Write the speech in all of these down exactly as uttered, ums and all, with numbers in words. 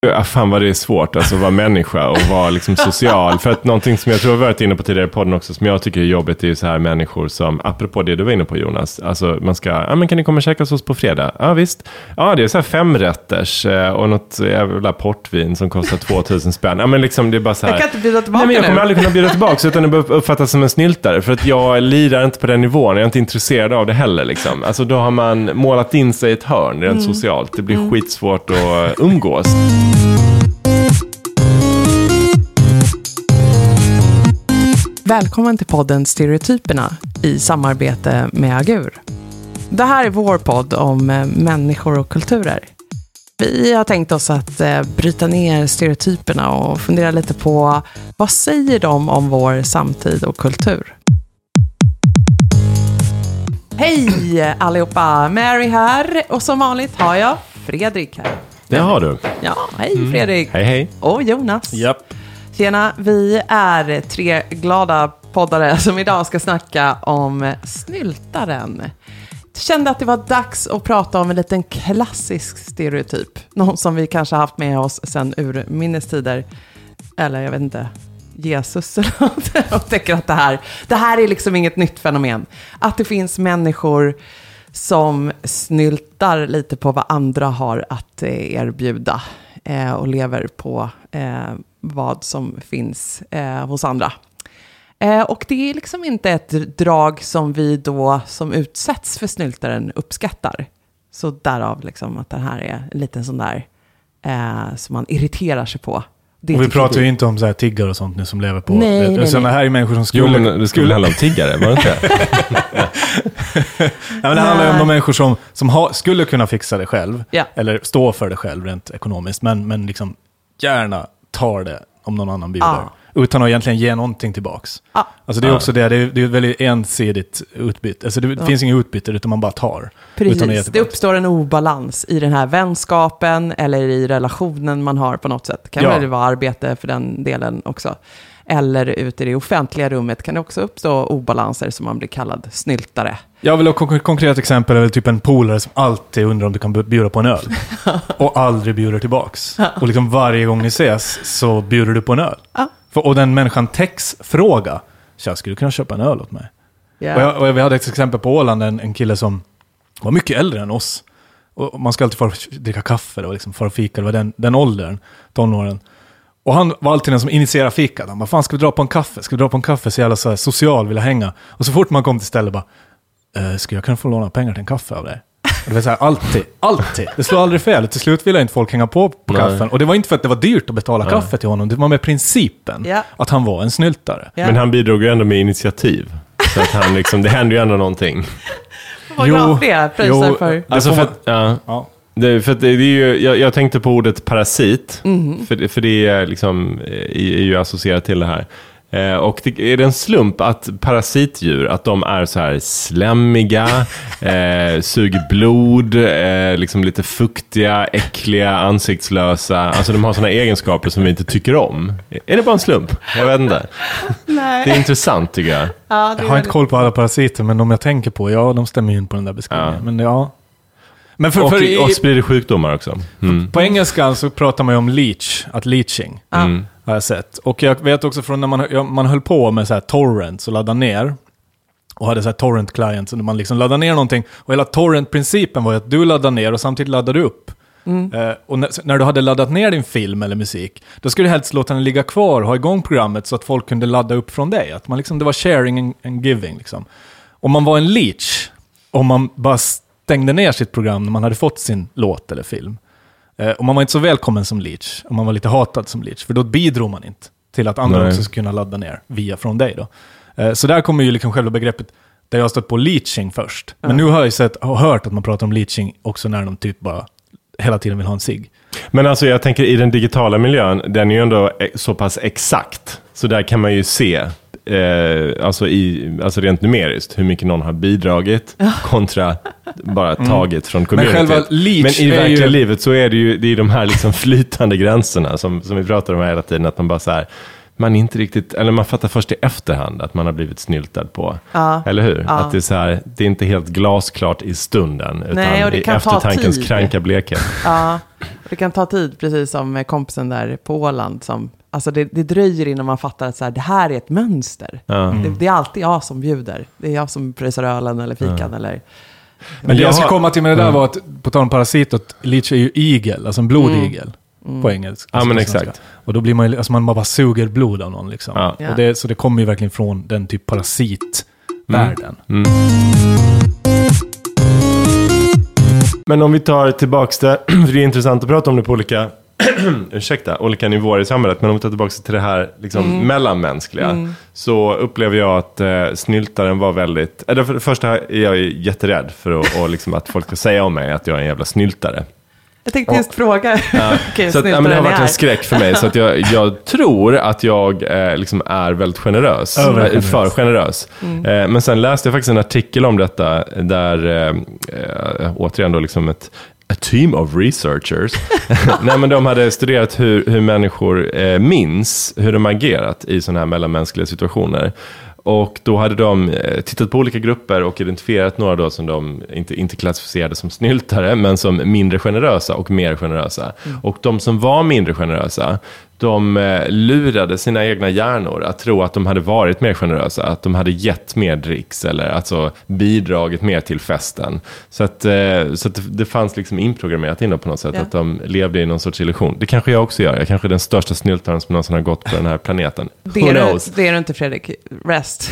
Ja, fan vad det är svårt alltså, att vara människa och vara liksom social. För att någonting som jag tror jag varit inne på tidigare i podden också, som jag tycker är jobbigt, är ju så här människor som, apropå det du var inne på Jonas, alltså man ska, ja men kan ni komma och käka hos oss på fredag? Ja visst. Ja, det är så här femrätters och något jävla portvin som kostar tvåtusen spänn. Ja men liksom det är bara så här. Jag kan inte bjuda tillbaka. Nej, men jag kommer nu. aldrig kunna bjuda tillbaka utan det uppfattas som en snyltare, för att jag lirar inte på den nivån, jag är inte intresserad av det heller liksom. Alltså då har man målat in sig i ett hörn rent mm. socialt. Det blir mm. skitsvårt att umgås. Välkommen till podden Stereotyperna i samarbete med Agur. Det här är vår podd om människor och kulturer. Vi har tänkt oss att bryta ner stereotyperna och fundera lite på vad säger de om vår samtid och kultur. Hej allihopa, Mary här och som vanligt har jag Fredrik här. Det har du. Ja, hej Fredrik. Mm. Hej hej. Och Jonas. Japp. Tjena, vi är tre glada poddare som idag ska snacka om snyltaren. Jag kände att det var dags att prata om en liten klassisk stereotyp. Någon som vi kanske haft med oss sedan ur minnestider. Eller jag vet inte, Jesus eller något. Och tänker att det här, det här är liksom inget nytt fenomen. Att det finns människor som snyltar lite på vad andra har att erbjuda. Eh, och lever på eh, vad som finns eh, hos andra. Eh, och det är liksom inte ett drag som vi då som utsätts för snyltaren uppskattar. Så därav liksom att det här är en liten sån där eh, som man irriterar sig på. Det och vi pratar ju inte om så här tiggare och sånt nu som lever på. Nej, nej, sådana här är människor som skulle... Jo, men det skulle handla om tiggare, var det inte? Ja, men det handlar ju om de människor som, som ha, skulle kunna fixa det själv. Ja. Eller stå för det själv rent ekonomiskt. Men, men liksom gärna tar det om någon annan bjuder. Ja. Utan att egentligen ge någonting tillbaks. Ja. Alltså det är också det, det är, det är ett väldigt ensidigt utbyte. Alltså det ja. finns inget utbyte utan man bara tar. Precis, utan att det uppstår en obalans i den här vänskapen eller i relationen man har på något sätt. Kan ja. väl vara arbete för den delen också. Eller ute i det offentliga rummet kan det också uppstå obalanser som man blir kallad snyltare. Jag vill ha ett konkret exempel är typ en polare som alltid undrar om du kan bjuda på en öl. Och aldrig bjuder tillbaks. Och liksom varje gång ni ses så bjuder du på en öl. Ja. För, och den människan text fråga, så jag skulle kunna köpa en öl åt mig. Yeah. Och, jag, och vi hade ett exempel på Åland, en, en kille som var mycket äldre än oss. Och man ska alltid få dricka kaffe och liksom få fika, det var den, den åldern, tonåren. Och han var alltid den som initierade fika. Han bara, fan ska vi dra på en kaffe? Ska vi dra på en kaffe? Så jävla så här social, vill hänga. Och så fort man kom till stället bara, äh, ska jag kunna få låna pengar till en kaffe av dig? Och det var så här, alltid, alltid. Det slår aldrig fel. Till slut ville inte folk hänga på på Nej. kaffen. Och det var inte för att det var dyrt att betala Nej. kaffe till honom. Det var med principen ja. att han var en snyltare. Ja. Men han bidrog ju ändå med initiativ. Så att han liksom, det hände ju ändå någonting. Vad glad det prisar för. Alltså för att, ja. ja. Det, för det är ju, jag, jag tänkte på ordet parasit, mm. för, för det är, liksom, är, är ju associerat till det här. Eh, och det, är det en slump att parasitdjur, att de är så här slämmiga, eh, suger blod, eh, liksom lite fuktiga, äckliga, ansiktslösa. Alltså de har såna egenskaper som vi inte tycker om. Är det bara en slump? Jag vet inte. Nej. Det är intressant tycker jag. Ja, jag har inte koll på alla parasiter, men de jag tänker på, ja, de stämmer in på den där beskrivningen. Ja. Men ja... Men för, och, för i, och sprider sjukdomar också. Mm. På engelska så pratar man ju om leech, att leaching mm. har jag sett. Och jag vet också från när man, man höll på med så här torrents och ladda ner och hade så här torrent clients och man liksom laddar ner någonting. Och hela torrent-principen var ju att du laddar ner och samtidigt laddar du upp. Mm. Eh, och när, när du hade laddat ner din film eller musik, då skulle du helst låta den ligga kvar och ha igång programmet så att folk kunde ladda upp från dig. Att man liksom, det var sharing and, and giving liksom. Om man var en leech, om man bara stängde ner sitt program när man hade fått sin låt eller film. Eh, och man var inte så välkommen som leech. Och man var lite hatad som leech. För då bidrog man inte till att andra Nej. också skulle kunna ladda ner via från dig då. Eh, så där kommer ju liksom själva begreppet där jag har stått på leaching först. Men mm. nu har jag sett och hört att man pratar om leaching också när de typ bara hela tiden vill ha en cigg. Men alltså jag tänker i den digitala miljön, den är ju ändå så pass exakt. Så där kan man ju se Eh, alltså, i, alltså rent numeriskt hur mycket någon har bidragit kontra bara taget mm. från communityt. Men, Men i det verkliga ju... livet så är det ju det är de här liksom flytande gränserna som, som vi pratar om hela tiden, att man bara så här, man inte riktigt, eller man fattar först i efterhand att man har blivit snyltad på. Ja. Eller hur? Ja. Att det är så här, det är inte helt glasklart i stunden, utan Nej, och det i kan ta eftertankens tid. kranka blekhet. Ja, det kan ta tid, precis som med kompisen där på Åland. Som, alltså det, det dröjer innan man fattar att så här, det här är ett mönster. Ja. Det, det är alltid jag som bjuder. Det är jag som pröjsar ölen eller fikan. Ja. Eller... Men det jag, jag ska har- komma till med det där Mm. var att, på tal om parasit, leech är ju igel, alltså en blodigel. Mm. På engelska. Ja, alltså men på exakt. svenska. Och då blir man ju, alltså man bara suger blod av någon liksom. Ja. Ja. Och det, så det kommer ju verkligen från den typ parasitvärlden. Mm. Men om vi tar tillbaks det, för det är intressant att prata om det på olika, ursäkta, olika nivåer i samhället, men om vi tar tillbaks till det här liksom, Mm. mellanmänskliga, Mm. så upplever jag att eh, snyltaren var väldigt, eller för det första är jag ju jätterädd för att, och liksom, att folk ska säga om mig att jag är en jävla snyltare. Jag tänkte just fråga. Ja, Okej, så att, ja, men det har varit är. en skräck för mig, så att jag, jag tror att jag eh, liksom är väldigt generös, Övergenerös. eh, för generös. Mm. Eh, men sen läste jag faktiskt en artikel om detta, där eh, eh, återigen då liksom ett a team of researchers. Nej, men de hade studerat hur, hur människor eh, minns hur de agerat i sådana här mellanmänskliga situationer. Och då hade de eh, tittat på olika grupper och identifierat några då som de inte, inte klassificerade som snyltare, men som mindre generösa och mer generösa. Mm. Och de som var mindre generösa, de eh, lurade sina egna hjärnor att tro att de hade varit mer generösa, att de hade gett mer dricks eller alltså bidragit mer till festen. Så att, eh, så att det, det fanns liksom inprogrammerat in på något sätt, Ja. att de levde i någon sorts illusion. Det kanske jag också gör. Jag kanske är den största snyltaren som någonsin har gått på den här planeten. Det Who är, du, knows? det är du inte, Fredrik. Rest.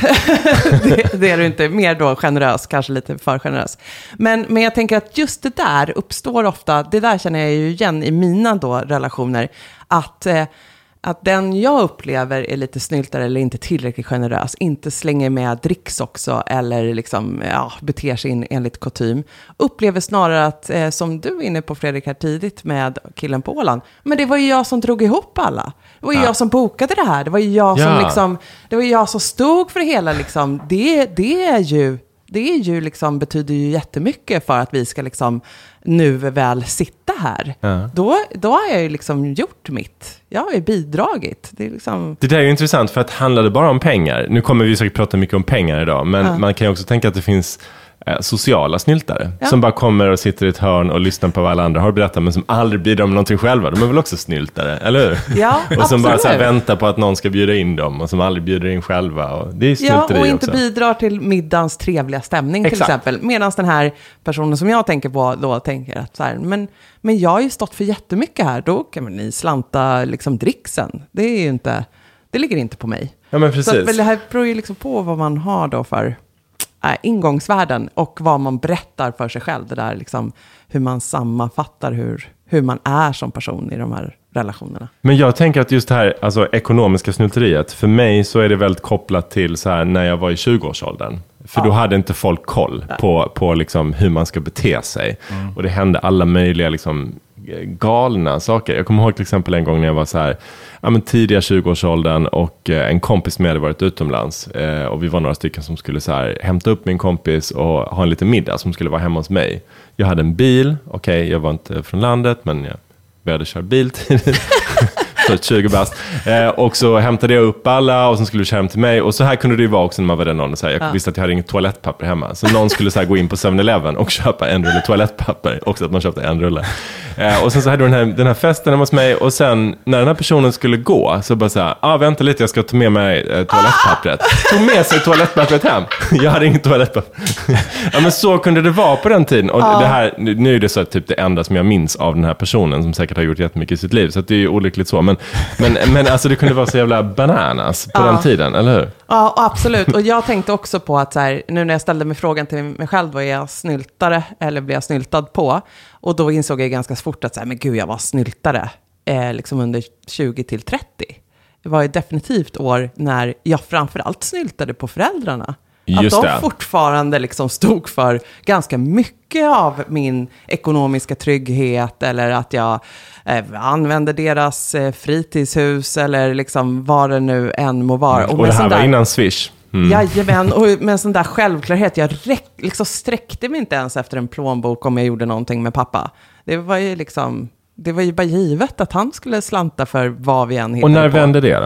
det, det är du inte. Mer då generös, kanske lite för generös. Men, men jag tänker att just det där uppstår ofta, det där känner jag ju igen i mina då relationer, att, eh, att den jag upplever är lite snyltare eller inte tillräckligt generös, inte slänger med dricks också eller liksom, ja, beter sig in enligt kutym, upplever snarare att, eh, som du är inne på Fredrik här tidigt med killen på Åland, men det var ju jag som drog ihop alla. Det var ju Ja. jag som bokade det här. Det var ju jag som Ja. liksom, det var ju jag som stod för det hela liksom. Det, det är ju, det är ju liksom, betyder ju jättemycket för att vi ska liksom nu väl sitta här. Ja. Då, då har jag ju liksom gjort mitt. Jag har ju bidragit. Det är liksom... Det där är ju intressant, för att handlar det bara om pengar, nu kommer vi säkert prata mycket om pengar idag, men Ja. man kan ju också tänka att det finns eh, sociala snyltare, Ja. som bara kommer och sitter i ett hörn och lyssnar på vad alla andra har berättat, men som aldrig bidrar med någonting själva. De är väl också snyltare, eller hur? Ja, och som bara så här, absolut. väntar på att någon ska bjuda in dem, och som aldrig bjuder in själva. Och det är Ja, snylteri och inte också. bidrar till middagens trevliga stämning till Exakt. exempel. Medan den här personen som jag tänker på då tänker att så här, men, men jag har ju stått för jättemycket här, då kan väl ni slanta liksom dricksen. Det är ju inte, det ligger inte på mig. Ja, men Så precis. att, väl, det här beror ju liksom på vad man har då för äh, ingångsvärden och vad man berättar för sig själv. Det där liksom, hur man sammanfattar hur, hur man är som person i de här relationerna. Men jag tänker att just det här, alltså ekonomiska snylteriet, för mig så är det väldigt kopplat till så här när jag var i tjugoårsåldern. För Ja. då hade inte folk koll på, på liksom hur man ska bete sig. Mm. Och det hände alla möjliga liksom galna saker. Jag kommer ihåg till exempel en gång när jag var så här, ja, men tidiga tjugoårsåldern, och eh, en kompis med hade varit utomlands. Eh, och vi var några stycken som skulle så här, hämta upp min kompis och ha en liten middag som skulle vara hemma hos mig. Jag hade en bil, okej, okay, jag var inte från landet, men jag började köra bil tidigt. För tjugo bast. Eh, och så hämtade jag upp alla och så skulle vi köra hem till mig. Och så här kunde det ju vara också när man var den någon. Så här, jag Ja. visste att jag hade inget toalettpapper hemma. Så någon skulle så här, gå in på seven eleven och köpa en rulle toalettpapper. Också att man köpte en rulle. Eh, och sen så hade den här, den här festen hemma hos mig. Och sen när den här personen skulle gå så bara så här, ah, vänta lite, jag ska ta med mig eh, toalettpappret. Tog med sig toalettpappret hem. Jag hade inget toalettpapper. Ja, men så kunde det vara på den tiden. Och Ja. det här, nu är det så typ det enda som jag minns av den här personen, som säkert har gjort jättemycket i sitt liv. Så att det är ju olyckligt så. Men, men, men alltså det kunde vara så jävla bananas på Ja. den tiden, eller hur? Ja, absolut. Och jag tänkte också på att så här, nu när jag ställde mig frågan till mig själv, var jag snyltare eller blev jag snyltad på? Och då insåg jag ganska fort att så här, men gud, jag var snyltare eh, liksom under tjugo till trettio. Det var ju definitivt år när jag framförallt snyltade på föräldrarna. Just att de det. fortfarande liksom stod för ganska mycket av min ekonomiska trygghet, eller att jag eh, använde deras eh, fritidshus, eller liksom vad det nu än må vara. Och, med det här sån var där- innan Swish. Mm. Jajamän, och med en sån där självklarhet. Jag räck, liksom sträckte mig inte ens efter en plånbok om jag gjorde någonting med pappa. Det var ju liksom, det var ju bara givet att han skulle slanta för vad vi än hittade Och när på. vände det då?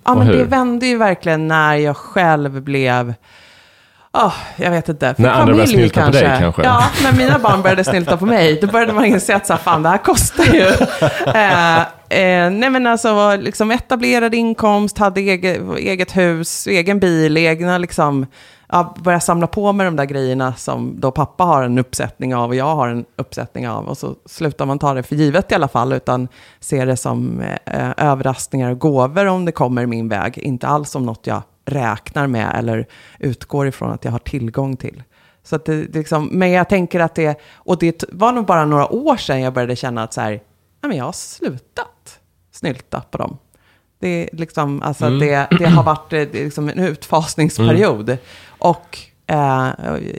Ja, men det vände ju verkligen när jag själv blev... Oh, jag vet inte. För när andra började snylta kanske. på dig kanske? Ja, när mina barn började snylta på mig, då började man inse att så här, fan, det här kostar ju. eh, eh, nej men alltså, liksom etablerad inkomst, hade eget, eget hus, egen bil, egna liksom... Ja, börja samla på med de där grejerna som då pappa har en uppsättning av och jag har en uppsättning av. Och så slutar man ta det för givet i alla fall, utan ser det som eh, överraskningar och gåvor om det kommer min väg. Inte alls som något jag räknar med eller utgår ifrån att jag har tillgång till. Så att det, det liksom, men jag tänker att det, och det var nog bara några år sedan jag började känna att så här, ja, men jag har slutat snylta på dem. Det, är liksom, alltså mm. det, det har varit det är liksom en utfasningsperiod. Mm. Och eh,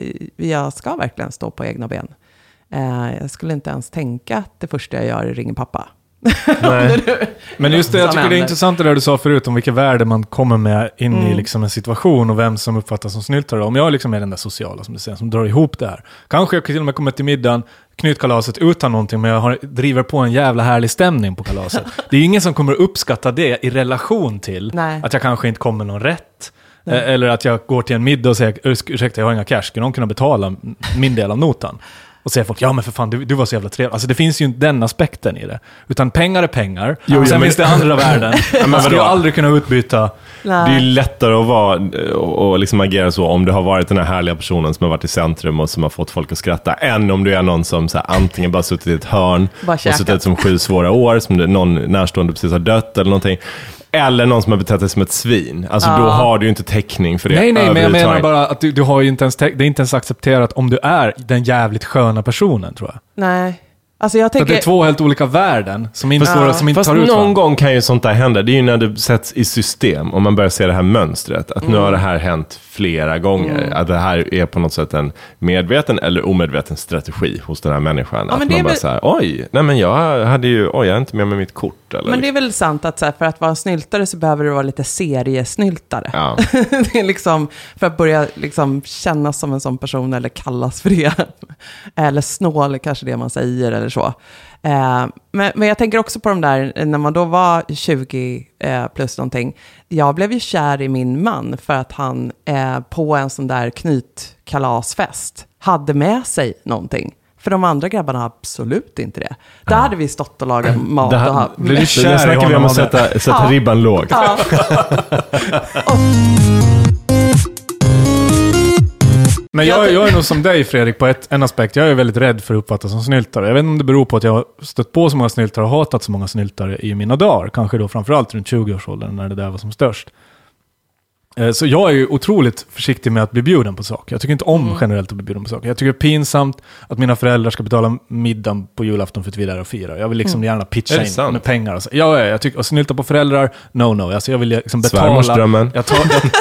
jag ska verkligen stå på egna ben. Eh, jag skulle inte ens tänka att det första jag gör är ringa pappa. Nej. Men just det, jag tycker det är intressant det där du sa förut om vilka värde man kommer med in mm. i liksom en situation och vem som uppfattas som snyltare. Om jag liksom är den där sociala som du säger, som drar ihop det här. Kanske jag till och med kommer till middagen, knytkalaset utan någonting, men jag har, driver på en jävla härlig stämning på kalaset. Det är ingen som kommer uppskatta det i relation till Nej. Att jag kanske inte kommer någon rätt. Nej. Eller att jag går till en middag och säger, ursäkta, jag har inga cash, ska någon kunna betala min del av notan? Och säger folk, ja men för fan, du, du var så jävla trevlig. Alltså det finns ju inte den aspekten i det. Utan pengar är pengar. Jo, sen men... finns det andra värden. Man ska ju aldrig kunna utbyta. Nej. Det är ju lättare att vara och, och liksom agera så om du har varit den här härliga personen som har varit i centrum och som har fått folk att skratta. Än om du är någon som så här, antingen bara suttit i ett hörn och suttit som sju svåra år, som någon närstående precis har dött eller någonting. Eller någon som har betett sig som ett svin. Alltså ja. Då har du ju inte täckning för det. Nej, nej, men jag menar bara att du, du har ju inte ens, det är inte ens accepterat om du är den jävligt sköna personen, tror jag. Nej. Alltså jag tänker... Så det är två helt olika värden som inte, ja. som inte Fast tar ut. Fast någon gång kan ju sånt där hända. Det är ju när det sätts i system och man börjar se det här mönstret. Att mm. nu har det här hänt flera gånger. Mm. Att det här är på något sätt en medveten eller omedveten strategi hos den här människan. Ja, att man bara väl... så här, oj, nej men jag hade ju, oj, jag är inte med med mitt kort. Eller men det är väl sant att så här, för att vara snyltare så behöver du vara lite seriesnyltare. Ja. Det är liksom, för att börja liksom kännas som en sån person eller kallas för det. Eller snål kanske det man säger eller så. Eh, men, men jag tänker också på de där, när man då var tjugo eh, plus någonting. Jag blev ju kär i min man för att han eh, på en sån där knytkalasfest hade med sig någonting. För de andra grabbarna absolut inte det. Där ja. Hade vi stått och lagat mat. Det här, och ha, blir du kär det snackar vi om att sätta, sätta ja. ribban lågt. Ja. Men jag, jag är nog som dig, Fredrik, på ett, en aspekt. Jag är väldigt rädd för att uppfattas som snyltare. Jag vet inte om det beror på att jag har stött på så många snyltare och hatat så många snyltare i mina dagar. Kanske då framförallt runt tjugo-årsåldern när det där var som störst. Så jag är ju otroligt försiktig med att bli bjuden på saker. Jag tycker inte om mm. generellt att bli bjuden på saker. Jag tycker det är pinsamt att mina föräldrar ska betala middagen på julafton för att vi är där och firar. Jag vill liksom mm. gärna pitcha in sant? med pengar. Och så. Ja, jag tycker, och snylta på föräldrar, no, no. Alltså jag vill liksom betala. Svärmorsdrömmen. Jag tar,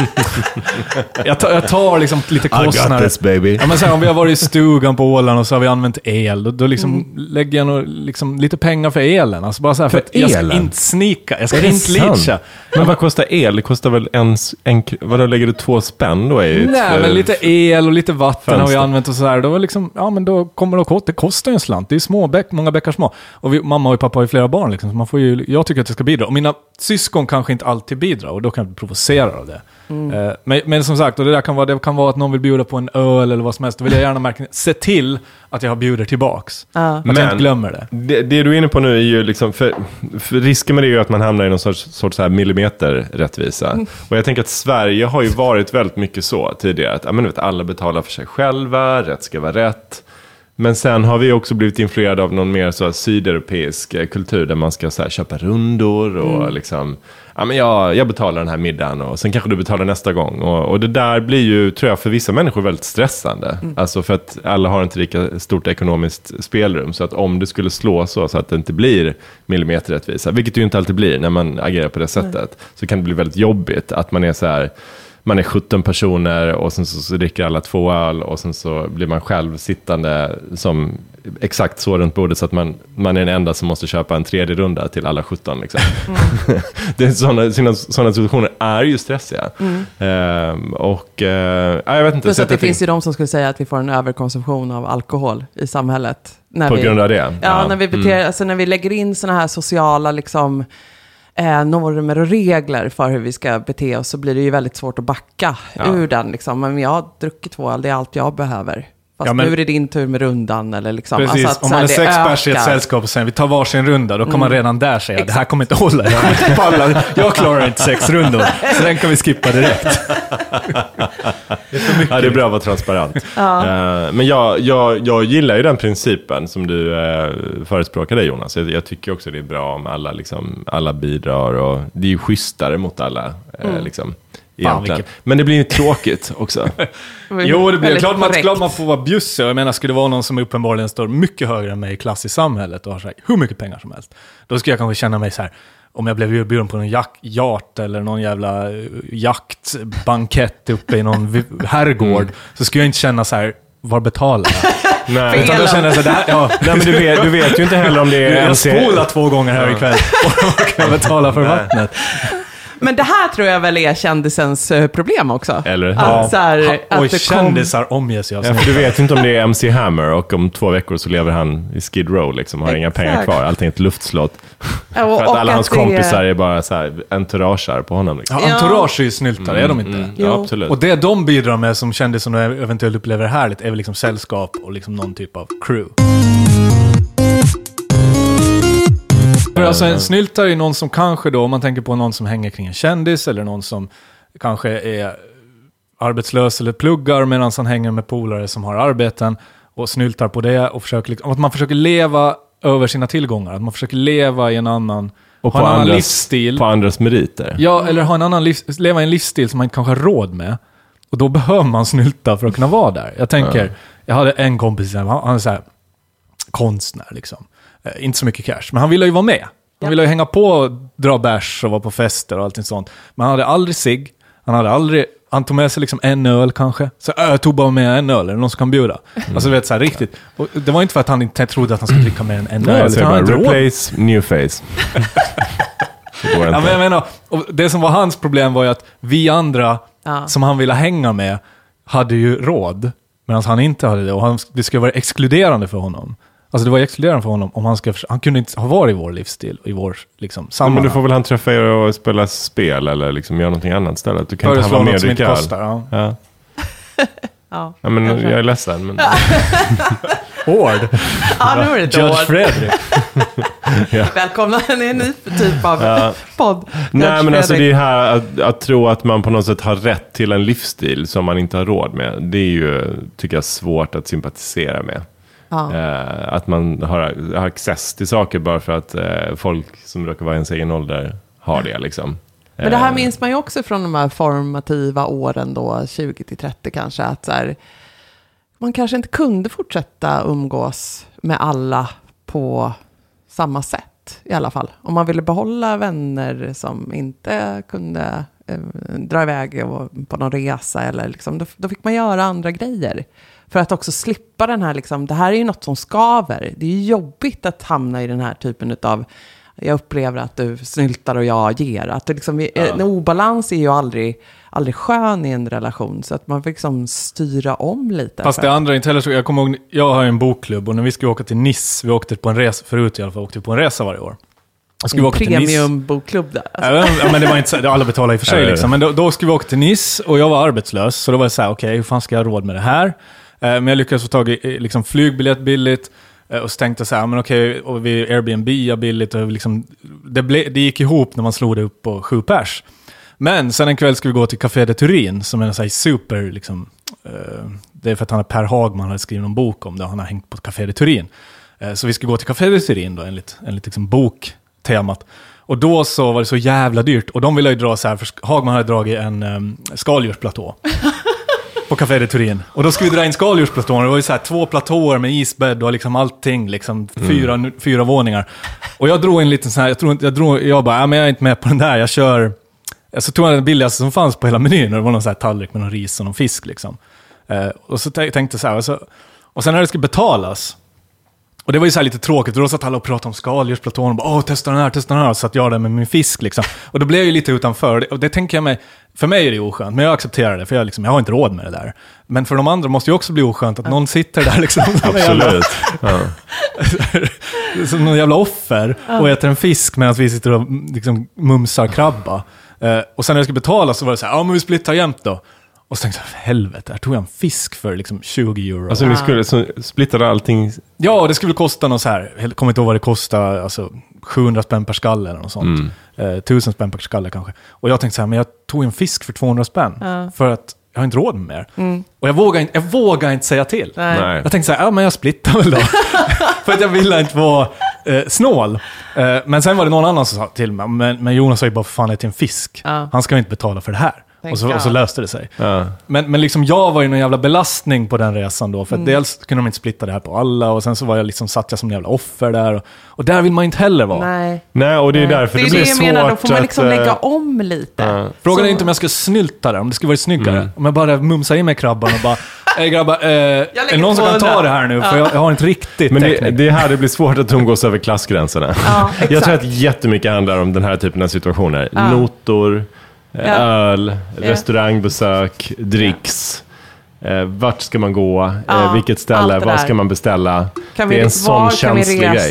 jag, jag tar, jag tar liksom lite kostnader. I got this, baby. Ja, men så här, om vi har varit i stugan på Åland och så har vi använt el, då, då liksom mm. lägger jag nog liksom lite pengar för elen. Alltså bara så här, för, för att jag ska inte snika. Jag ska inte litcha. Men vad kostar el? Det kostar väl en... en vad då lägger du två spänn då i? Nej, men lite el och lite vatten har vi använt och så här. Då var liksom, ja men då kommer det att kosta, det kostar en slant. Det är små bäck, många bäckar små. Och vi, mamma och pappa har ju flera barn liksom, så man får ju, jag tycker att det ska bidra. Och mina syskon kanske inte alltid bidrar och då kan jag bli provocerad av det. Mm. Uh, men, men som sagt, och det där kan vara, det kan vara att någon vill bjuda på en öl eller vad som helst. Då vill jag gärna märka, se till att jag bjuder tillbaks. Uh. Att men jag inte glömmer det. det. Det du är inne på nu är ju liksom, för, för risken med det är ju att man hamnar i någon sorts, sorts så här millimeterrättvisa. Mm. Och jag tänker att Sverige har ju varit väldigt mycket så tidigare. Att ja, men vet, alla betalar för sig själva, rätt ska vara rätt. Men sen har vi också blivit influerade av någon mer så här sydeuropeisk kultur där man ska så här köpa rundor och mm. liksom, ja men jag, jag betalar den här middagen och sen kanske du betalar nästa gång. Och, och det där blir ju, tror jag, för vissa människor väldigt stressande. Mm. Alltså för att alla har inte lika stort ekonomiskt spelrum. Så att om det skulle slå så, så att det inte blir millimeterrättvisa, vilket det ju inte alltid blir när man agerar på det sättet, mm. så kan det bli väldigt jobbigt att man är så här... Man är sjutton personer och sen så, så dricker alla två öl och sen så blir man själv sittande som exakt så runt bordet så att man, man är den enda som måste köpa en tredje runda till alla sjutton. Liksom. Mm. Det är såna, såna, såna situationer är ju stressiga. Mm. Ehm, och uh, jag vet inte. Plus att det finns ju de som skulle säga att vi får en överkonsumtion av alkohol i samhället. När på vi, grund av det? Ja, ja. När, vi beter, mm. alltså, när vi lägger in såna här sociala liksom... eh, normer och regler för hur vi ska bete oss, så blir det ju väldigt svårt att backa Ja. ur den. Liksom. Men jag har druckit två öl, det är allt jag behöver. Fast Ja, men- nu är det din tur med rundan. Eller liksom. Precis, Alltså att, om så här, man är det sex pers i ett ökar. sällskap och sen vi tar varsin runda, då kan man redan där säga det här kommer inte hålla. Jag, kommer inte palla. Jag klarar inte sex rundor, så den kan vi skippa direkt. Det är för mycket. Ja, det är bra att vara transparent. Eh, men jag, jag, jag gillar ju den principen som du uh, förespråkade, Jonas. Jag, jag tycker också det är bra om alla, liksom, alla bidrar. Och det är ju schysstare mot alla. Uh, liksom, egentligen. vilket- Men det blir ju tråkigt också. Jo, det blir Väldigt klart man, korrekt. klart man får vara bjussig. Jag menar, skulle det vara någon som uppenbarligen står mycket högre än mig i klass i samhället och har så här, hur mycket pengar som helst, då skulle jag kanske känna mig så här, om jag blev bjuden på någon jak- jakt eller någon jävla eh, jaktbankett uppe i någon vi- herrgård, Mm. så skulle jag inte känna så här, var betalar jag? Nej. Utan då känner jag så här, det här, ja, Nej, men du vet, du vet ju inte heller om det är jag M C... spolar två gånger här ikväll och då kan jag betala för vattnet. Men det här tror jag väl är kändisens eh, problem också. Eller? Att, Ja. så här, Ha, att oj, det kom- kändisar omges jag av Ja, sånt. för du vet inte om det är M C Hammer och om två veckor så lever han i Skid Row liksom, har inga Exakt. pengar kvar, allting är ett luftslott. Ja, och- För att och alla hans att det är- kompisar är bara så här entouragear på honom. Liksom. Ja, entourage är ju snyltare, är de inte? Mm, Jo. ja, absolut. Och det de bidrar med som kändis som eventuellt upplever härligt är väl liksom sällskap och liksom någon typ av crew. För alltså en snyltare är någon som kanske då, om man tänker på någon som hänger kring en kändis eller någon som kanske är arbetslös eller pluggar medan han hänger med polare som har arbeten och snyltar på det och försöker, liksom- att man försöker leva över sina tillgångar, att man försöker leva i en annan, och ha på en annan andras, livsstil. på andras meriter. Ja, eller ha en annan liv, leva i en livsstil som man inte kanske har råd med. Och då behöver man snylta för att kunna vara där. Jag tänker, jag hade en kompis, han, han är så här konstnär liksom. Eh, inte så mycket cash, men han ville ju vara med. Han Ja. ville ju hänga på och dra bärs och vara på fester och allting sånt. Men han hade aldrig cigg. Han hade aldrig, han tog med sig liksom en öl kanske. Så äh, jag tog bara med en öl, eller någon som kan bjuda. Mm. Alltså du vet så här riktigt. Och det var inte för att han inte trodde att han skulle dricka mer än en Nej, öl. jag säger utan han bara, hade råd. replace new face. Det går Ja, men inte. jag menar, och det som var hans problem var ju att vi andra Ja. som han ville hänga med hade ju råd, medan han inte hade det. Och han, det skulle vara exkluderande för honom. Alltså det var exkluderande för honom om han ska, han kunde inte ha varit i vår livsstil, i vår liksom, Ja, sammanhang. men då får väl han träffa er och spela spel eller liksom göra någonting annat istället. Du kan inte Föreslå ha med något som inte dricka öl. kostar. Ja. Ja. Ja. Ja, men Kanske. jag är ledsen. Men... Hård. Ja, nu är det Judge dåligt. Fredrik. Välkomna till en ny typ av Ja. podd. Nej, Judge men alltså det Fredrik. är här att, att tro att man på något sätt har rätt till en livsstil som man inte har råd med. Det är ju, tycker jag, svårt att sympatisera med. Ja. Eh, att man har, har access till saker bara för att eh, folk som råkar vara i ens egen ålder har det liksom. Men det här Eh, minns man ju också från de här formativa åren då, tjugo till trettio kanske, att så här, man kanske inte kunde fortsätta umgås med alla på samma sätt i alla fall. Om man ville behålla vänner som inte kunde eh, dra iväg och, på någon resa eller liksom, då, då fick man göra andra grejer. För att också slippa den här, liksom, det här är ju något som skaver. Det är ju jobbigt att hamna i den här typen av, jag upplever att du snyltar och jag ger. Att det liksom, Ja. en obalans är ju aldrig, aldrig skön i en relation. Så att man fick liksom styra om lite. Fast det andra är inte heller så. Jag kommer ihåg, jag har ju en bokklubb och när vi skulle åka till Nice, vi åkte på en resa, förut i alla fall, åkte vi på en resa varje år. Och skulle vi En åka till Nice. premiumboklubb där. Alltså. Ja, men- ja, men det var inte så, det alla betalar i och för sig Ja, ja, ja. liksom. Men då, då skulle vi åka till Nice och jag var arbetslös. Så då var jag så här, okej, hur fan ska jag ha råd med det här? Eh, men jag lyckades få tag i eh, liksom, flygbiljett billigt. Eh, och så tänkte jag så här, men okej, och vi Airbnb billigt. Och liksom, det, ble, det gick ihop när man slog det upp på sju pers. Men sen en kväll ska vi gå till Café de Turin, som är en sån här super, liksom, eh, det är för att han är Per Hagman, har skrivit en bok om det, och han har hängt på Café de Turin. Eh, så vi ska gå till Café de Turin då, enligt, enligt liksom boktemat. Och då så var det så jävla dyrt, och de ville ju dra så här, för Hagman hade dragit en um, skaldjursplatå på Café de Turin. Och då skulle vi dra in skaldjursplatån, och det var ju så här två platåer med isbädd och liksom allting, liksom fyra, fyra våningar. Och jag drog en liten sån här, jag, tror, inte- jag, drog, jag bara, ja, men jag är inte med på den där, jag kör... Så tog jag den billigaste som fanns på hela menyn, och det var någon så här tallrik med någon ris och någon fisk liksom. Eh, och så t- tänkte jag så här, och, så, och sen när det skulle betalas, och det var ju så här lite tråkigt, och då satt alla och pratade om skaldjursplatån och bara, åh, testa den här, testa den här, och så satt jag där med min fisk liksom. Och då blev jag ju lite utanför, och det, och det tänker jag mig, för mig är det oskönt, men jag accepterar det, för jag, liksom, jag har inte råd med det där. Men för de andra måste ju också bli oskönt att någon sitter där liksom. Absolut. Ja. som någon jävla offer och äter en fisk medan vi sitter och liksom mumsar krabba. Eh, och sen när jag skulle betala så var det så här, ja men vi splittar jämt då. Och så tänkte jag, helvete, här tog jag en fisk för liksom tjugo euro. Alltså ni skulle så splittade allting? Ja, det skulle kosta något så här, jag kommer inte ihåg vad det kostade, alltså sjuhundra spänn per skalle eller något sånt. Mm. Eh, tusen spänn per skalle kanske. Och jag tänkte så här, men jag tog en fisk för tvåhundra spänn. Uh. För att jag har inte råd med mer. Mm. Och jag vågar inte, jag vågar inte säga till. Nej. Jag tänkte så här, ja men jag splittar väl då. För att jag ville inte vara eh, snål. Eh, men sen var det någon annan som sa till mig, men, men Jonas sa ju bara för fan, det är en fisk. Uh. Han ska inte betala för det här. Och så, och så löste det sig. Ja. Men, men liksom jag var ju någon jävla belastning på den resan då. För att mm. dels kunde de inte splitta det här på alla. Och sen så var jag liksom, satt jag som en jävla offer där. Och, och där vill man inte heller vara. Nej, Nej och det är därför det, det blir svårt. Det är det jag menar, då får man liksom att, lägga om lite. Ja. Frågan så. är inte om jag skulle snylta det, om det skulle vara snyggare. Mm. Om jag bara mumsar in med krabban och bara, ey grabbar, eh, är det någon som kan ta det här nu? För jag, jag har inte riktigt Men det, det är här det blir svårt att umgås över klassgränserna. Ja, jag tror att jättemycket handlar om den här typen av situationer. Ja. Notor, ja. öl, ja. restaurangbesök, dricks. Eh, vart ska man gå? Ja, eh, vilket ställe? Vad ska man beställa? Kan det vi, är en sån känslig grej.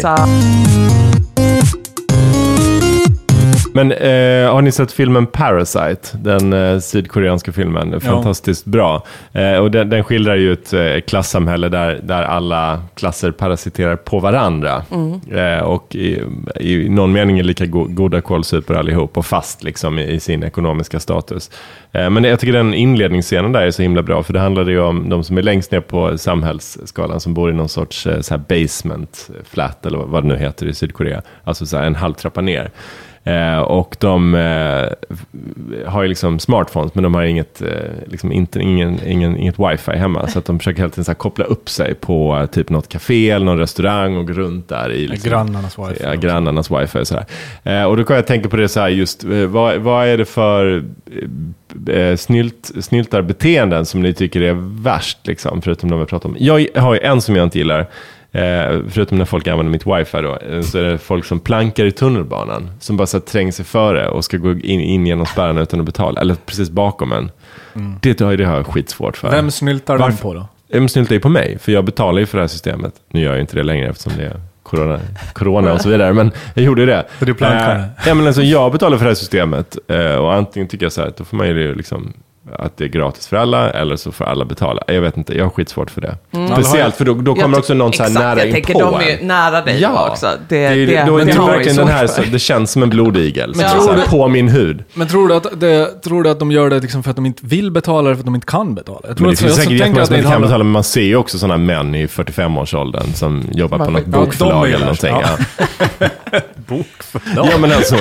Men eh, har ni sett filmen Parasite? Den eh, sydkoreanska filmen. Fantastiskt ja. bra. Eh, och den, den skildrar ju ett eh, klassamhälle där, där alla klasser parasiterar på varandra. Mm. Eh, och i, i någon mening är lika go- goda kålsupor allihop och fast liksom, i, i sin ekonomiska status. Eh, men jag tycker den inledningsscenen där är så himla bra. För det handlar ju om de som är längst ner på samhällsskalan som bor i någon sorts eh, så här basement flat eller vad det nu heter i Sydkorea. Alltså så här en halv trappa ner. Eh, och de eh, har ju liksom smartphones, men de har inget, eh, liksom inte, ingen, ingen, inget wifi hemma. Så att de försöker helt enkelt så här koppla upp sig på eh, typ något café eller någon restaurang och gå runt där i liksom, grannarnas wifi. Ja, grannarnas wifi och sådär. Eh, och då kan jag tänka på det så här just, eh, vad, vad är det för eh, snylt, snyltarbeteenden som ni tycker är värst, liksom, förutom de vi pratar om? Jag har ju en som jag inte gillar. Eh, förutom när folk använder mitt wifi då, eh, så är det folk som plankar i tunnelbanan som bara så här, tränger sig före och ska gå in, in genom spärrarna utan att betala, eller precis bakom en. Mm. Det, det har jag skitsvårt för. Vem snyltar de på då? Vem snyltar ju på mig, för jag betalar ju för det här systemet. Nu gör jag inte det längre eftersom det är corona, corona och så vidare, men jag gjorde ju det. Så du plankar? Eh, ja, men alltså, jag betalar för det här systemet eh, och antingen tycker jag så här, då får man ju liksom att det är gratis för alla, eller så får alla betala. Jag vet inte, jag har skitsvårt för det. Mm. Speciellt, för då, då kommer också någon så här nära in på. Exakt, jag tänker de är nära dig ja. också. Det, det, det, då, det, det, det, verkligen den här, så, det känns som en blodigel men så, så här, på min hud. Men tror du att, det, tror du att de gör det liksom för att de inte vill betala eller för att de inte kan betala? Jag tror men det att, finns jag säkert jättemånga som inte kan betala, men man ser ju också sådana män i fyrtiofem-årsåldern som jobbar på något ja, bokförlag eller någonting. Ja. Ja. Bokförlag? Ja, men alltså...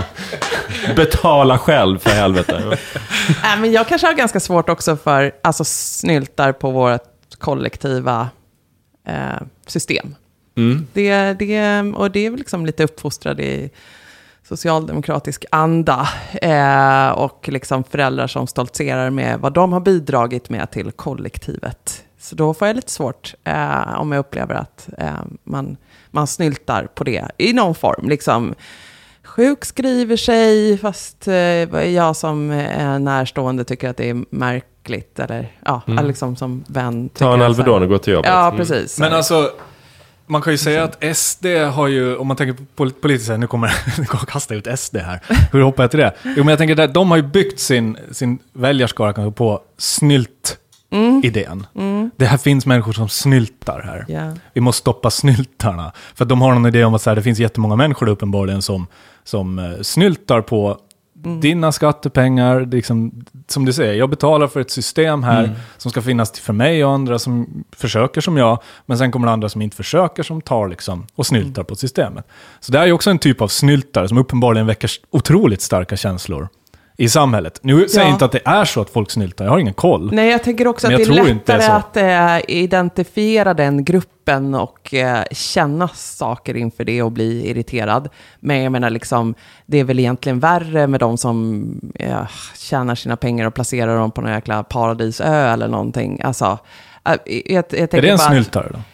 betala själv för helvete. äh, men jag kanske har ganska svårt också för alltså, snyltar på vårt kollektiva eh, system. Mm. Det, det, och det är väl liksom lite uppfostrad i socialdemokratisk anda eh, och liksom föräldrar som stoltserar med vad de har bidragit med till kollektivet. Så då får jag lite svårt eh, om jag upplever att eh, man, man snyltar på det i någon form. Liksom sjukskriver sig, fast eh, jag som är närstående tycker att det är märkligt. Eller ja, mm. liksom som vän. Ta en Alvedon och gå till jobbet. Ja, precis. Mm. Men alltså, man kan ju säga att S D har ju, om man tänker på politiskt, nu kommer jag kasta ut S D här. Hur hoppar jag till det? Jo, men jag tänker att de har ju byggt sin, sin väljarskara kanske på snylt. Mm. idén. Mm. Det här finns människor som snyltar här. Yeah. Vi måste stoppa snyltarna. För att de har någon idé om att så här, det finns jättemånga människor uppenbarligen som, som uh, snyltar på mm. dina skattepengar. Det liksom, som du säger, jag betalar för ett system här mm. som ska finnas för mig och andra som försöker som jag. Men sen kommer det andra som inte försöker som tar liksom, och snyltar mm. på systemet. Så det är ju också en typ av snyltare som uppenbarligen väcker otroligt starka känslor i samhället. Nu ja. säger jag inte att det är så att folk snyltar. Jag har ingen koll. Nej, jag tänker också att det är lättare att äh, identifiera den gruppen och äh, känna saker inför det och bli irriterad. Men jag menar liksom, det är väl egentligen värre med de som äh, tjänar sina pengar och placerar dem på någon jäkla paradisö eller någonting. Alltså, äh, jag, jag är det en snyltare då?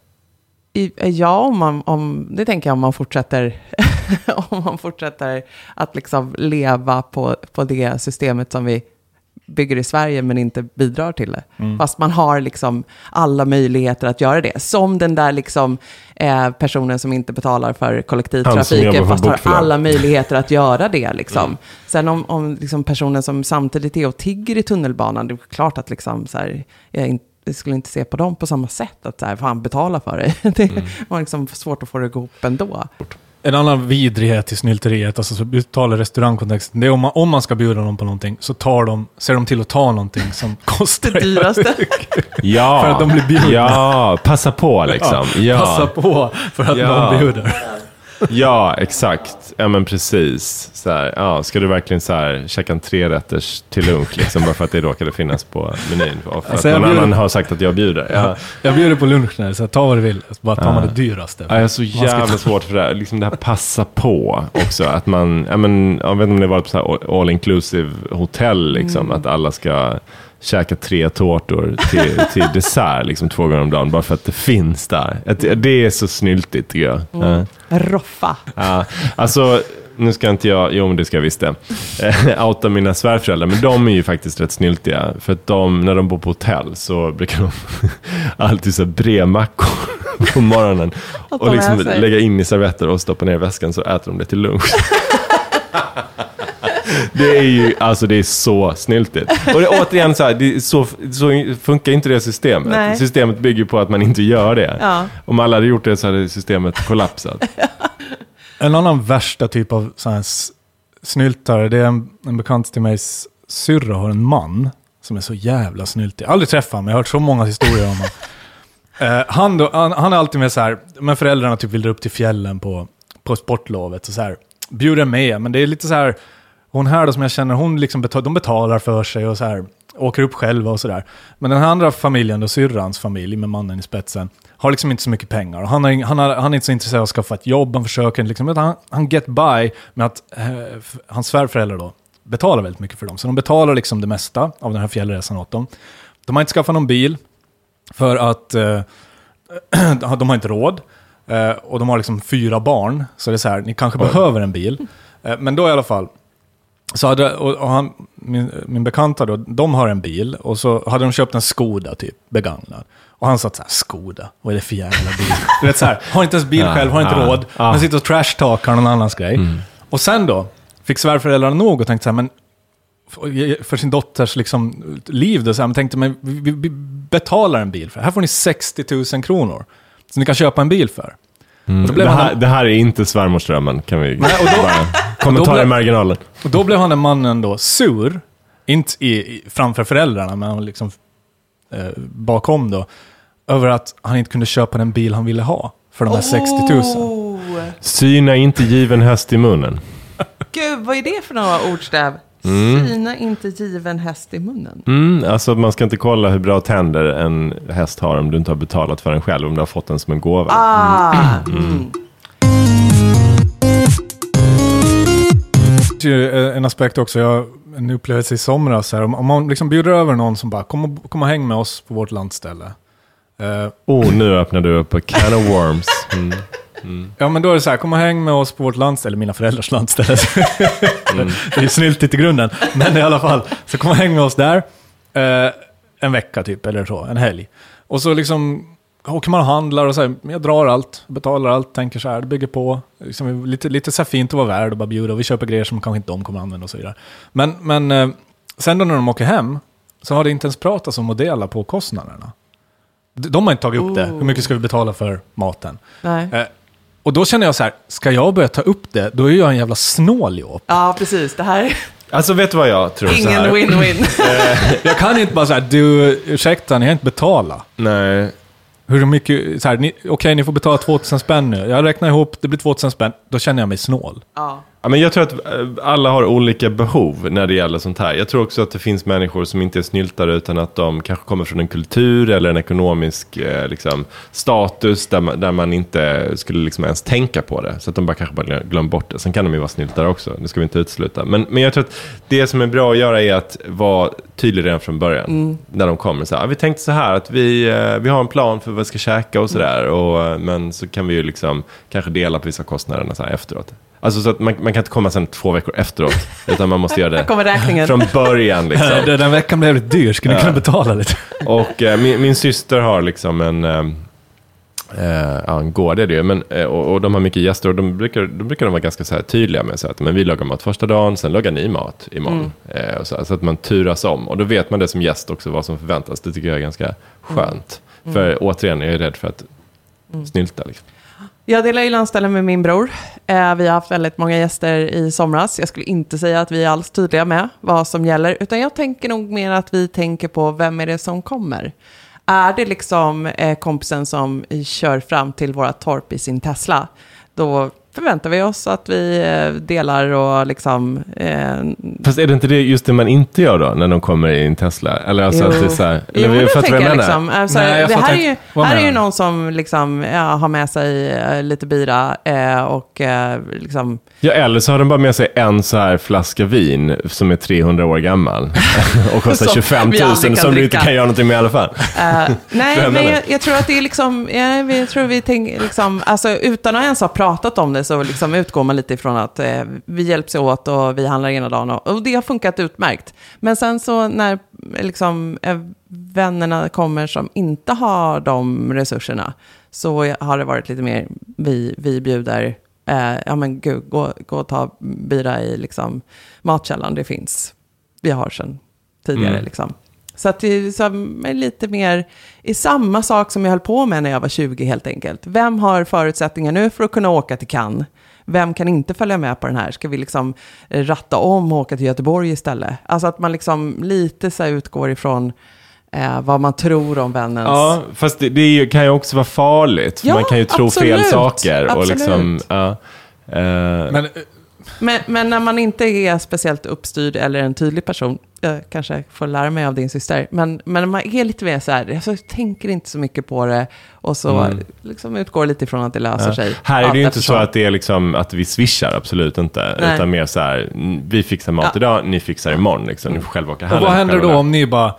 Ja, om man, om, det tänker jag om man fortsätter om man fortsätter att liksom leva på, på det systemet som vi bygger i Sverige men inte bidrar till det. Mm. Fast man har liksom alla möjligheter att göra det. Som den där liksom, eh, personen som inte betalar för kollektivtrafiken fast har alla möjligheter att göra det. Liksom. Mm. Sen om, om liksom personen som samtidigt är och tigger i tunnelbanan, det är klart att liksom, så här, jag, inte, jag skulle inte se på dem på samma sätt. Att så här, fan betala för det. Det mm. var liksom svårt att få det att gå ihop ändå. En annan vidrighet i snylteriet, alltså så uttalar restaurangkontexten, det är om man, om man ska bjuda dem på någonting så tar de, ser de till att ta någonting som kostar det dyraste. Ja, för att de blir bjudna. Ja, passa på liksom. Ja, ja. Passa på för att ja. de bjuder. Ja, exakt. Ja, men precis. Så här, ja, ska du verkligen så här käka en trerätters till lunch liksom, bara för att det råkade finnas på menyn? Och för alltså, att någon bjuder... annan har sagt att jag bjuder. Ja. Jag bjuder på lunch när så här, ta vad du vill. Bara ta ja. man det dyraste. Ja, jag är så jävla ska... svårt för det här. Liksom det här passa på också. Att man, ja, men, jag vet inte om det var på så här all inclusive hotell liksom, mm. att alla ska käka tre tårtor till, till dessert liksom, två gånger om dagen bara för att det finns där. Det är så snyltigt tycker jag. Mm. Ja. Roffa. Ja, alltså nu ska inte jag, jo men det ska jag visst det, eh, outa mina svärföräldrar, men de är ju faktiskt rätt snyltiga för att de, när de bor på hotell så brukar de alltid så brevmackor på morgonen och liksom lägga in i servetter och stoppa ner i väskan så äter de det till lunch. Det är ju, alltså det är så snyltigt. Och det är återigen så här, det är så, så funkar inte det systemet. Nej. Systemet bygger på att man inte gör det. Ja. Om alla hade gjort det så hade systemet kollapsat. En annan värsta typ av så här snyltare, det är en, en bekant till mig, syrra har en man som är så jävla snyltig. Jag har aldrig träffat honom, jag har hört så många historier om honom. Uh, han, då, han, han är alltid med så här, men föräldrarna typ vill dra upp till fjällen på, på sportlovet och så här, bjuder med, men det är lite så här, hon här då som jag känner, hon liksom betal, de betalar för sig och så här, åker upp själva och så där. Men den här andra familjen då, syrrans familj med mannen i spetsen, har liksom inte så mycket pengar. Och han, har, han, har, han är inte så intresserad av att skaffa ett jobb, han försöker liksom, han, han get by med att eh, hans svärföräldrar då betalar väldigt mycket för dem. Så de betalar liksom det mesta av den här fjällresan åt dem. De har inte skaffat någon bil för att eh, de har inte råd. Eh, och de har liksom fyra barn. Så det är så här, ni kanske mm. behöver en bil. Eh, men då i alla fall, så hade, och, och han, min, min bekanta då, de har en bil. Och så hade de köpt en Skoda typ, begagnad. Och han sa så här, Skoda, vad är det för jävla bil? Du vet så här, har inte ens bil ja, själv, har inte ja, råd. Ja. Men sitter och trashtalkar någon annans grej. Mm. Och sen då, fick svärföräldrarna nog och tänkte så här, men för sin dotters liksom, liv då, så här, men tänkte, men vi, vi betalar en bil för. Här får ni sextio tusen kronor. Så ni kan köpa en bil för. Mm. Och då blev det, här, han, det här är inte svärmorsdrömmen, kan vi nej, och då, bara kommentera i marginalen. Och då blev han den mannen då sur, inte i, i, framför föräldrarna, men liksom eh, bakom då, över att han inte kunde köpa den bil han ville ha för de här oh. sextio tusen. Syna inte given häst i munnen. Gud, vad är det för några ordstäv? Mm. Syna inte given häst i munnen. Mm, alltså man ska inte kolla hur bra tänder en häst har om du inte har betalat för den själv, om du har fått den som en gåva. Ah. Mm. Mm. En aspekt också, jag en upplevelse i somras här, om man liksom bjuder över någon som bara kom och, kom och häng med oss på vårt landställe. Uh, oh, nu öppnar du upp a can of worms. Mm. Mm. Ja, men då är det så här, kom och häng med oss på vårt landställe, mina föräldrars landställe. Mm. Det är ju snyltigt i grunden. Men i alla fall, så kom och häng med oss där eh, en vecka typ, eller så, en helg. Och så liksom åker man och handlar och så här, jag drar allt, betalar allt, tänker så här, det bygger på liksom, lite, lite så här fint att vara värd och bara bjuda, och vi köper grejer som kanske inte de kommer att använda och så vidare. Men, men eh, sen då när de åker hem så har det inte ens pratats om att dela på kostnaderna. De har inte tagit upp oh. det. Hur mycket ska vi betala för maten? Nej. Eh, och då känner jag så här, ska jag börja ta upp det, då är jag en jävla snåljåp. Ja, precis. Det här. Alltså, vet du vad jag tror? Ingen så här? Win-win. Jag kan inte bara så här, du, ursäkta, ni har inte betalat. Nej. Hur mycket, så här, ni, okej, ni får betala tvåtusen spänn nu. Jag räknar ihop, det blir tvåtusen spänn. Då känner jag mig snål. Ja. Ja, men jag tror att alla har olika behov när det gäller sånt här. Jag tror också att det finns människor som inte är snyltare, utan att de kanske kommer från en kultur eller en ekonomisk eh, liksom, status där man, där man inte skulle liksom ens tänka på det. Så att de bara kanske bara glömmer bort det. Sen kan de ju vara snyltare också, det ska vi inte utesluta. Men, men jag tror att det som är bra att göra är att vara tydlig redan från början. Mm. När de kommer så här, vi tänkte så här att vi, eh, vi har en plan för vad vi ska käka och sådär. Mm. Och, men så kan vi ju liksom kanske dela på vissa kostnaderna så här efteråt. Alltså så att man, man kan inte komma sen två veckor efteråt, utan man måste göra det kommer räkningen. från början. Liksom. Den, den veckan blev lite dyr, skulle ni Ja. kunna betala lite? Och eh, min, min syster har liksom en, eh, eh, ja, en gård är det ju, men, eh, och, och de har mycket gäster och de brukar, de brukar de vara ganska så här tydliga med så att men vi lagar mat första dagen, sen lagar ni mat imorgon. Mm. Eh, och så, så att man turas om. Och då vet man det som gäst också, vad som förväntas. Det tycker jag är ganska skönt. Mm. För återigen, jag är rädd för att mm. snylta liksom. Jag delar ju landställen med min bror. Eh, vi har haft väldigt många gäster i somras. Jag skulle inte säga att vi är alls tydliga med vad som gäller. Utan jag tänker nog mer att vi tänker på vem är det som kommer. Är det liksom eh, kompisen som kör fram till våra torp i sin Tesla, då förväntar vi oss att vi eh, delar och liksom... Eh, Fast är det inte det just det man inte gör då när de kommer i en Tesla? Eller alltså att det är så här, jo, eller, det för att tänker jag jag menar. liksom. Alltså, Nej, jag det här, fattar är ju, inte. här är ju menar du? någon som liksom, ja, har med sig eh, lite bira eh, och eh, liksom... Ja, eller så har de bara med sig en så här flaska vin som är trehundra år gammal och kostar Som tjugofem vi aldrig tusen kan som du dricka. inte kan göra någonting med i alla fall. Uh, nej, jag men menar. jag, jag tror att det är liksom, ja, jag tror vi tänker liksom, alltså utan att ens ha pratat om det så liksom utgår man lite ifrån att eh, vi hjälps åt och vi handlar ena dagen och, och det har funkat utmärkt. Men sen så när liksom eh, vännerna kommer som inte har de resurserna, så har det varit lite mer vi, vi bjuder, eh, ja men gud, gå, gå och ta bira i liksom matkällan, det finns, vi har sedan tidigare Mm. liksom. Så att det är så är lite mer i samma sak som jag höll på med när jag var tjugo helt enkelt. Vem har förutsättningar nu för att kunna åka till Cannes? Vem kan inte följa med på den här? Ska vi liksom ratta om och åka till Göteborg istället? Alltså att man liksom lite så här utgår ifrån eh, vad man tror om vännens... Ja, fast det, det är ju- kan ju också vara farligt. För Ja, man kan ju tro absolut. fel saker. Och Absolut. liksom, ja, eh, Men Men, men när man inte är speciellt uppstyrd eller en tydlig person, jag kanske får lära mig av din syster, men, men man är lite mer så här, jag tänker inte så mycket på det och så Mm. liksom utgår lite ifrån att det löser ja. sig. Här är allt det ju inte eftersom. så att det är liksom att vi swishar, absolut inte. Nej. Utan mer så här, vi fixar mat Ja. idag, ni fixar imorgon. Liksom. Ni får själva åka och hem. vad händer själva då där. om ni bara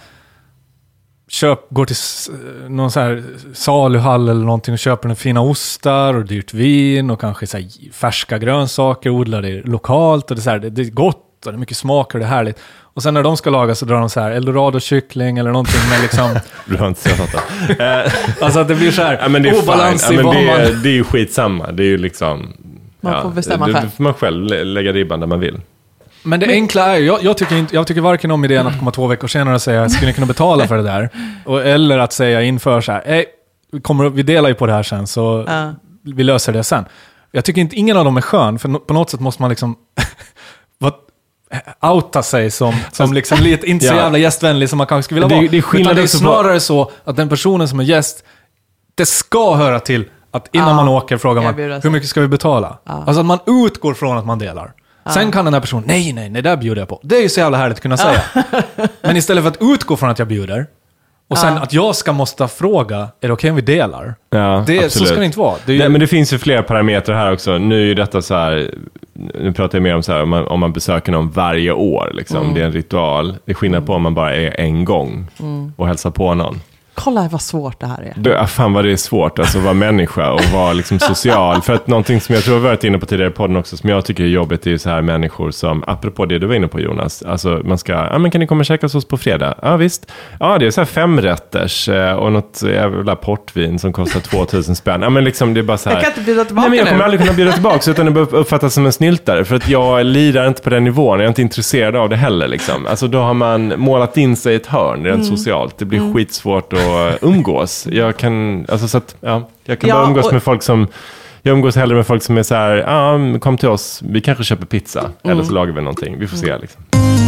köp, går till s- någon så här saluhall eller någonting och köper en fina ostar och dyrt vin och kanske så här färska grönsaker, odlar det lokalt och det är, så här, det, det är gott och det är mycket smak och det är härligt. Och sen när de ska laga så drar de så här eldorado-kyckling eller någonting med liksom... Du har inte sett detta. Eh, Alltså att det blir så här ja, men det är obalans fine. i Ja, men vad det, man... är, det är ju skitsamma. Det är ju liksom... Man får bestämma det, själv. det får man själv lä- lägga ribban där man vill. Men det enkla är ju, jag, jag, tycker inte, jag tycker varken om idén att komma två veckor senare och säga skulle ni kunna betala för det där? Och, eller att säga inför så här, hej, vi, kommer, vi delar ju på det här sen så Ja. vi löser det sen. Jag tycker inte, ingen av dem är skön, för no, på något sätt måste man liksom vad, outa sig som, som liksom lite, inte så Ja. jävla gästvänlig som man kanske skulle vilja Det är- vara. det är skillnad Utan det är också på- snarare så att den personen som är gäst, det ska höra till att innan Ja. man åker frågar man, Erbjuda sig. hur mycket ska vi betala? Ja. Alltså att man utgår från att man delar. Sen kan den här personen, nej, nej, nej, där bjuder jag på. Det är ju så jävla härligt att kunna säga. Men istället för att utgå från att jag bjuder, och sen Ja. att jag ska måste fråga, är det okej om vi delar? Ja, Det, så absolut. ska det inte vara. Det är ju, Nej, men det finns ju flera parametrar här också. Nu är ju detta så här, nu pratar jag mer om så här, om man, om man besöker någon varje år, liksom. Mm. Det är en ritual. Det är skillnad på om man bara är en gång och hälsar på någon. Kolla vad svårt det här är. Då, ah, fan vad det är svårt alltså, att vara människa och vara liksom social. För att någonting som jag tror vi har varit inne på tidigare i podden också, som jag tycker är jobbigt, är ju så här människor som, apropå det du var inne på Jonas, alltså man ska, ja ah, men kan ni komma och käka hos oss på fredag? Ja ah, visst. Ja ah, det är så här femrätters eh, och något jävla portvin som kostar tvåtusen spänn. Ja ah, men liksom det är bara så här. Jag kan inte bjuda tillbaka Nej, men jag kommer nu. aldrig kunna bjuda tillbaka utan det uppfattas som en snyltare. För att jag lirar inte på den nivån. Jag är inte intresserad av det heller. Liksom. Alltså, då har man målat in sig i ett hörn rent Mm. socialt. Det blir skitsvårt att umgås. Jag kan, alltså, så att, ja, jag kan Ja, bara umgås och- med folk som... Jag umgås hellre med folk som är så här, ja, kom till oss. Vi kanske köper pizza. Mm. Eller så lagar vi någonting. Vi får se liksom.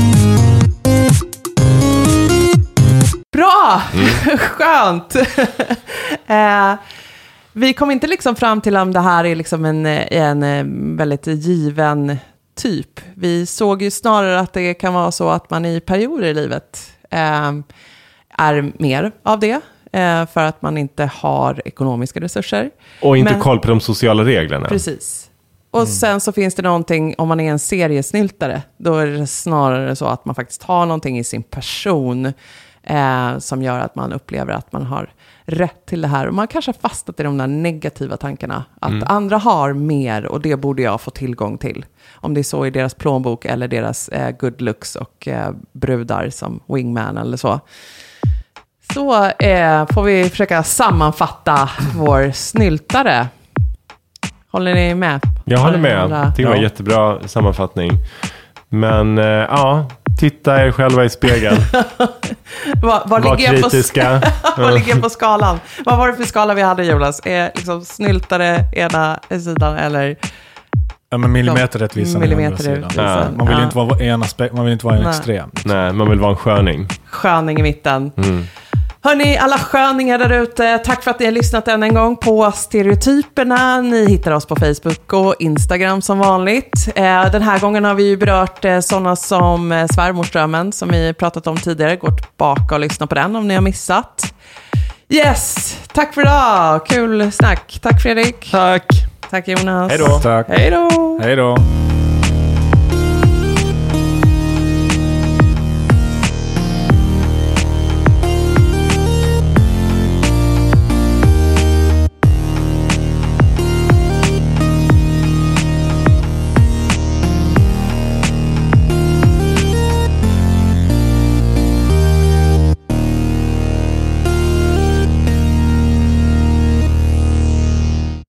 Bra! Skönt! eh, vi kom inte liksom fram till om det här är liksom en, en eh, väldigt given typ. Vi såg ju snarare att det kan vara så att man i perioder i livet eh, är mer av det. Eh, för att man inte har ekonomiska resurser. Och inte Men- koll på de sociala reglerna. Precis. Och sen så finns det någonting, om man är en seriesnyltare, då är det snarare så att man faktiskt har någonting i sin person eh, som gör att man upplever att man har rätt till det här. Och man kanske har fastnat i de där negativa tankarna. Att mm. andra har mer och det borde jag få tillgång till. Om det är så i deras plånbok eller deras eh, good looks och eh, brudar som wingman eller så. Så eh, får vi försöka sammanfatta vår snyltare. Håller ni med? Jag håller med. Det var en jättebra sammanfattning. Men eh, ja, titta er själva i spegeln. var, var, var ligger kritiska. På, var ligger på skalan? Vad var det för skala vi hade, Jonas? Är liksom snyltare ena sidan eller... Ja, men millimeterrättvisa. Millimeterrättvisa. Ja. Man vill ja. inte vara en aspekt, man vill inte vara en Nej. extrem. Nej, man vill vara en sköning. Sköning i mitten. Mm. Hörrni, alla sköningar där ute, tack för att ni har lyssnat än en gång på Stereotyperna. Ni hittar oss på Facebook och Instagram som vanligt. Den här gången har vi ju berört sådana som Svärmorsdrömmen som vi pratat om tidigare. Gå tillbaka och lyssna på den om ni har missat. Yes, tack för idag. Kul snack. Tack Fredrik. Tack. Tack Jonas. Hej då. Tack. Hej då. Hej då.